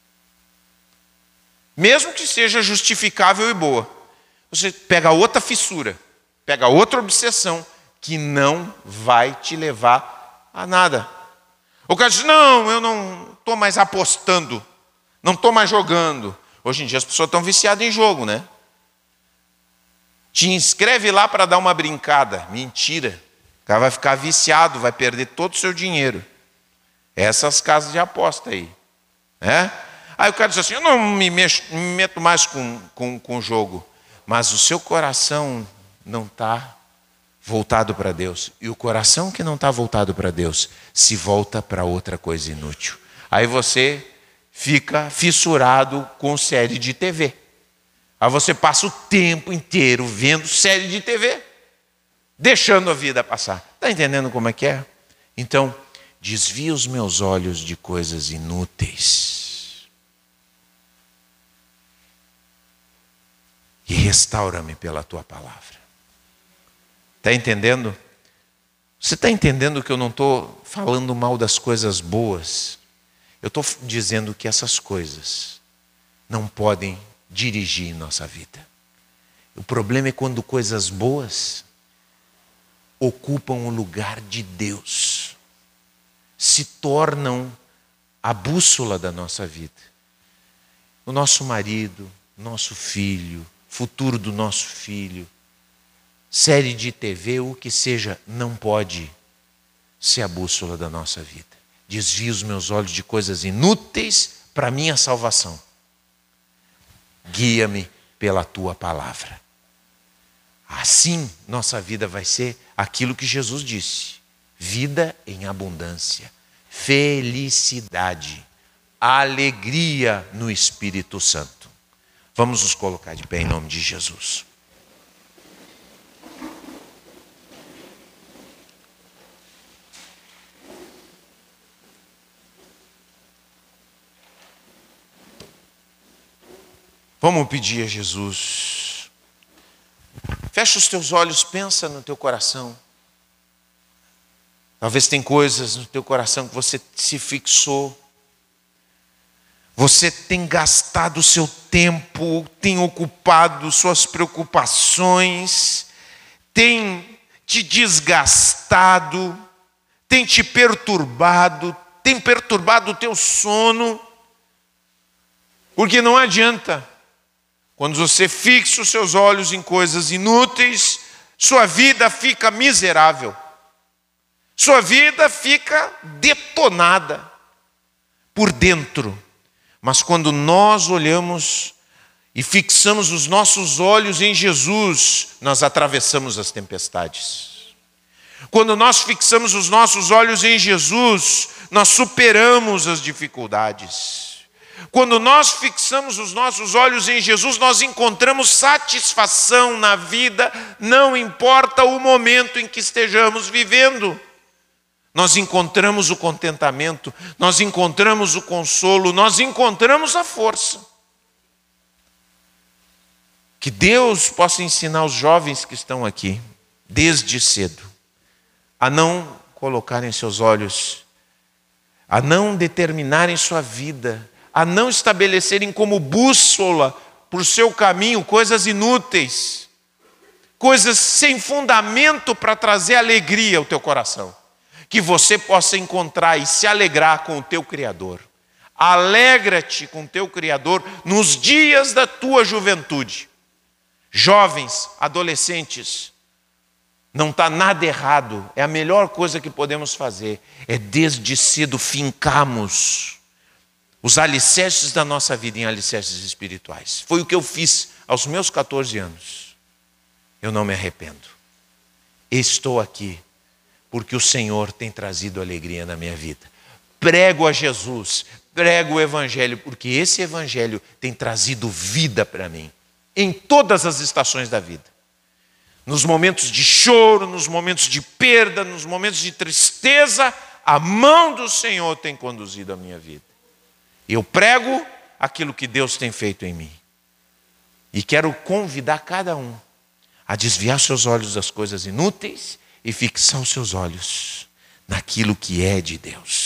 Mesmo que seja justificável e boa. Você pega outra fissura, pega outra obsessão, que não vai te levar a nada. O cara diz, não, eu não estou mais apostando, não estou mais jogando. Hoje em dia as pessoas estão viciadas em jogo, né? Te inscreve lá para dar uma brincada. Mentira. O cara vai ficar viciado, vai perder todo o seu dinheiro. Essas casas de aposta aí. Né? Aí o cara diz assim, eu não me meto mais com o jogo. Mas o seu coração não está voltado para Deus. E o coração que não está voltado para Deus se volta para outra coisa inútil. Aí você fica fissurado com série de TV. Aí você passa o tempo inteiro vendo série de TV, deixando a vida passar. Está entendendo como é que é? Então, desvia os meus olhos de coisas inúteis e restaura-me pela tua palavra. Está entendendo? Você está entendendo que eu não estou falando mal das coisas boas? Eu estou dizendo que essas coisas não podem dirigir nossa vida. O problema é quando coisas boas ocupam o lugar de Deus, se tornam a bússola da nossa vida. O nosso marido, nosso filho, futuro do nosso filho, série de TV, o que seja, não pode ser a bússola da nossa vida. Desvia os meus olhos de coisas inúteis para a minha salvação. Guia-me pela tua palavra. Assim, nossa vida vai ser aquilo que Jesus disse: vida em abundância, felicidade, alegria no Espírito Santo. Vamos nos colocar de pé em nome de Jesus. Vamos pedir a Jesus. Fecha os teus olhos, pensa no teu coração. Talvez tem coisas no teu coração que você se fixou. Você tem gastado o seu tempo, tem ocupado suas preocupações, tem te desgastado, tem te perturbado, tem perturbado o teu sono. Porque não adianta. Quando você fixa os seus olhos em coisas inúteis, sua vida fica miserável. Sua vida fica detonada por dentro. Mas quando nós olhamos e fixamos os nossos olhos em Jesus, nós atravessamos as tempestades. Quando nós fixamos os nossos olhos em Jesus, nós superamos as dificuldades. Quando nós fixamos os nossos olhos em Jesus, nós encontramos satisfação na vida, não importa o momento em que estejamos vivendo. Nós encontramos o contentamento, nós encontramos o consolo, nós encontramos a força. Que Deus possa ensinar os jovens que estão aqui, desde cedo, a não colocarem seus olhos, a não determinarem sua vida, a não estabelecerem como bússola por seu caminho coisas inúteis, coisas sem fundamento para trazer alegria ao teu coração. Que você possa encontrar e se alegrar com o teu Criador. Alegra-te com o teu Criador nos dias da tua juventude. Jovens, adolescentes, não está nada errado. É a melhor coisa que podemos fazer. É desde cedo fincarmos os alicerces da nossa vida em alicerces espirituais. Foi o que eu fiz aos meus 14 anos. Eu não me arrependo. Estou aqui porque o Senhor tem trazido alegria na minha vida. Prego a Jesus, prego o Evangelho, porque esse Evangelho tem trazido vida para mim, em todas as estações da vida. Nos momentos de choro, nos momentos de perda, nos momentos de tristeza, a mão do Senhor tem conduzido a minha vida. Eu prego aquilo que Deus tem feito em mim. E quero convidar cada um a desviar seus olhos das coisas inúteis e fixar os seus olhos naquilo que é de Deus.